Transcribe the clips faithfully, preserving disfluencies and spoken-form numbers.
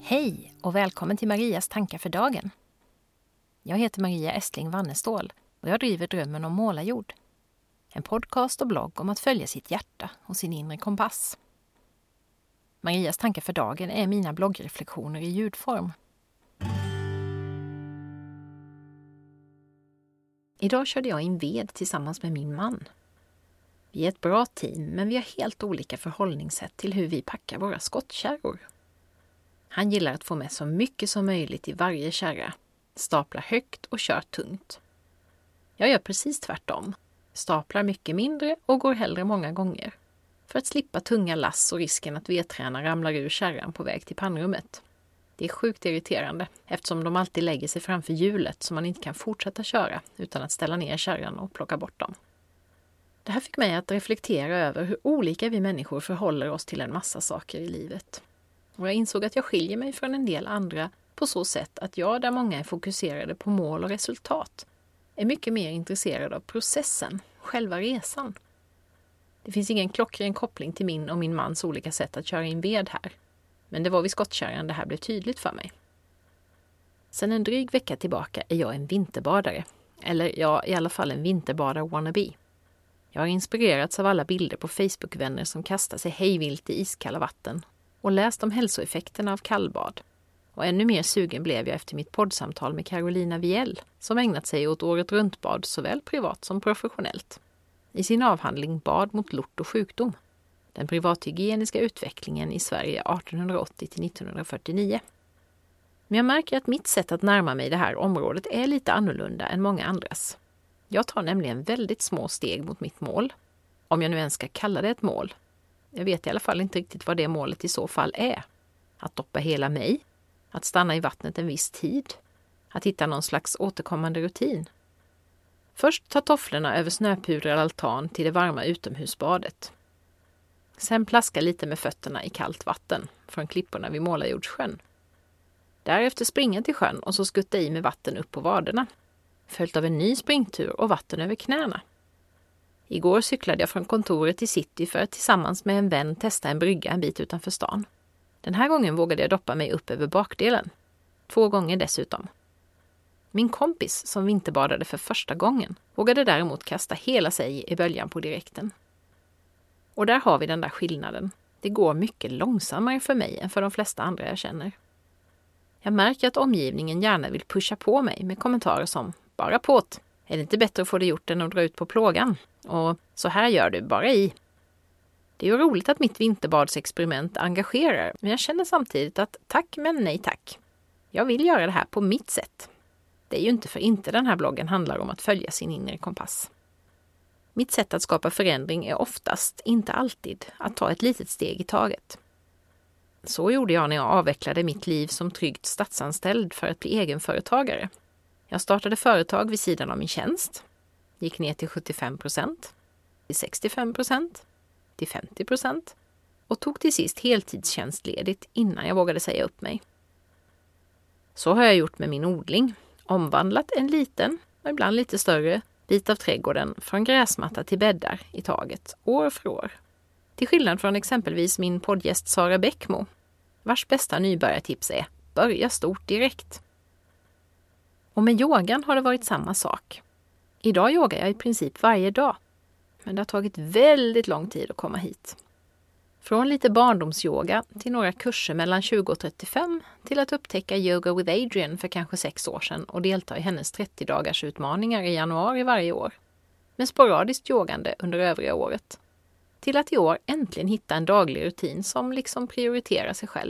Hej och välkommen till Marias tankar för dagen. Jag heter Maria Estling Wannestål och jag driver Drömmen om målarjord. En podcast och blogg om att följa sitt hjärta och sin inre kompass. Marias tankar för dagen är mina bloggreflektioner i ljudform. Idag körde jag in ved tillsammans med min man. Vi är ett bra team, men vi har helt olika förhållningssätt till hur vi packar våra skottkärror. Han gillar att få med så mycket som möjligt i varje kärra, staplar högt och kör tungt. Jag gör precis tvärtom, staplar mycket mindre och går hellre många gånger, för att slippa tunga lass och risken att vedträna ramlar ur kärran på väg till pannrummet. Det är sjukt irriterande eftersom de alltid lägger sig framför hjulet så man inte kan fortsätta köra utan att ställa ner kärran och plocka bort dem. Det här fick mig att reflektera över hur olika vi människor förhåller oss till en massa saker i livet. Och jag insåg att jag skiljer mig från en del andra på så sätt att jag, där många är fokuserade på mål och resultat, är mycket mer intresserad av processen, själva resan. Det finns ingen klockren koppling till min och min mans olika sätt att köra in ved här. Men det var vid skottkärran det här blev tydligt för mig. Sen en dryg vecka tillbaka är jag en vinterbadare. Eller ja, i alla fall en vinterbadar-wannabe. Jag har inspirerats av alla bilder på Facebook-vänner som kastar sig hejvilt i iskalla vatten och läst om hälsoeffekterna av kallbad. Och ännu mer sugen blev jag efter mitt poddsamtal med Carolina Viel som ägnat sig åt året runtbad såväl privat som professionellt. I sin avhandling Bad mot lort och sjukdom. Den privathygieniska utvecklingen i Sverige artonhundraåttio till nittonhundrafyrtionio. Men jag märker att mitt sätt att närma mig det här området är lite annorlunda än många andras. Jag tar nämligen väldigt små steg mot mitt mål. Om jag nu ens ska kalla det ett mål. Jag vet i alla fall inte riktigt vad det målet i så fall är. Att doppa hela mig. Att stanna i vattnet en viss tid. Att hitta någon slags återkommande rutin. Först ta tofflorna över snöpudrad altan till det varma utomhusbadet. Sen plaska lite med fötterna i kallt vatten från klipporna vid Målarjordssjön. Därefter springa till sjön och så skutta i med vatten upp på vaderna. Följt av en ny springtur och vatten över knäna. Igår cyklade jag från kontoret till city för att tillsammans med en vän testa en brygga en bit utanför stan. Den här gången vågade jag doppa mig upp över bakdelen. Två gånger dessutom. Min kompis som vinterbadade för första gången vågade däremot kasta hela sig i böljan på direkten. Och där har vi den där skillnaden. Det går mycket långsammare för mig än för de flesta andra jag känner. Jag märker att omgivningen gärna vill pusha på mig med kommentarer som bara påt. Är det inte bättre att få det gjort än att dra ut på plågan? Och så här gör du, bara i. Det är ju roligt att mitt vinterbadsexperiment engagerar, men jag känner samtidigt att tack men nej tack. Jag vill göra det här på mitt sätt. Det är ju inte för inte den här bloggen handlar om att följa sin inre kompass. Mitt sätt att skapa förändring är oftast, inte alltid, att ta ett litet steg i taget. Så gjorde jag när jag avvecklade mitt liv som tryggt statsanställd för att bli egenföretagare. Jag startade företag vid sidan av min tjänst, gick ner till sjuttiofem procent, till sextiofem procent, till femtio procent och tog till sist heltidstjänstledigt innan jag vågade säga upp mig. Så har jag gjort med min odling, omvandlat en liten, och ibland lite större, bit av trädgården från gräsmatta till bäddar i taget, år för år. Till skillnad från exempelvis min poddgäst Sara Bäckmo, vars bästa nybörjartips är börja stort direkt. Och med yogan har det varit samma sak. Idag yogar jag i princip varje dag, men det har tagit väldigt lång tid att komma hit. Från lite barndomsyoga till några kurser mellan tjugo och trettiofem till att upptäcka Yoga with Adriene för kanske sex år sedan och delta i hennes trettio dagars utmaningar i januari varje år. Med sporadiskt yogande under övriga året. Till att i år äntligen hitta en daglig rutin som liksom prioriterar sig själv.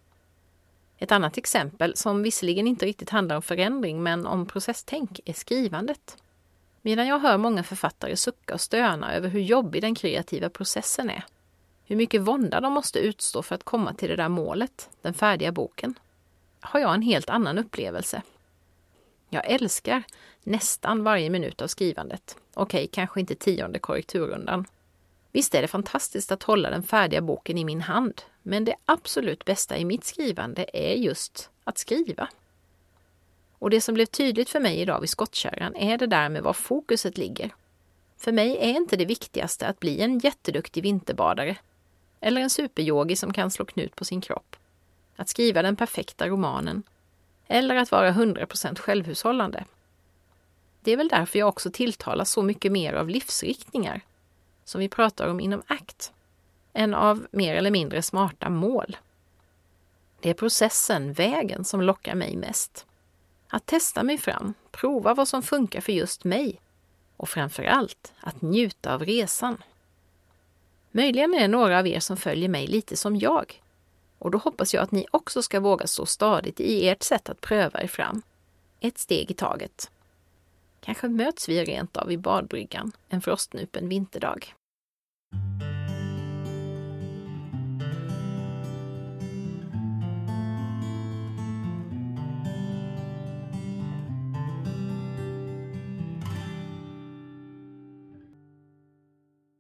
Ett annat exempel som visserligen inte riktigt handlar om förändring men om processtänk är skrivandet. Medan jag hör många författare sucka och stöna över hur jobbig den kreativa processen är. Hur mycket vånda de måste utstå för att komma till det där målet, den färdiga boken, har jag en helt annan upplevelse. Jag älskar nästan varje minut av skrivandet. Okej, kanske inte tionde korrekturrundan. Visst är det fantastiskt att hålla den färdiga boken i min hand, men det absolut bästa i mitt skrivande är just att skriva. Och det som blev tydligt för mig idag vid skottkärran är det där med var fokuset ligger. För mig är inte det viktigaste att bli en jätteduktig vinterbadare eller en superyogi som kan slå knut på sin kropp. att skriva den perfekta romanen eller att vara hundra procent självhushållande. Det är väl därför jag också tilltalas så mycket mer av livsriktningar, som vi pratar om inom A C T, än av mer eller mindre smarta mål. Det är processen, vägen, som lockar mig mest. Att testa mig fram, prova vad som funkar för just mig och framför allt att njuta av resan. Möjligen är det några av er som följer mig lite som jag, och då hoppas jag att ni också ska våga stå stadigt i ert sätt att pröva er fram, ett steg i taget. Kanske möts vi rent av i badbryggan en frostnupen vinterdag.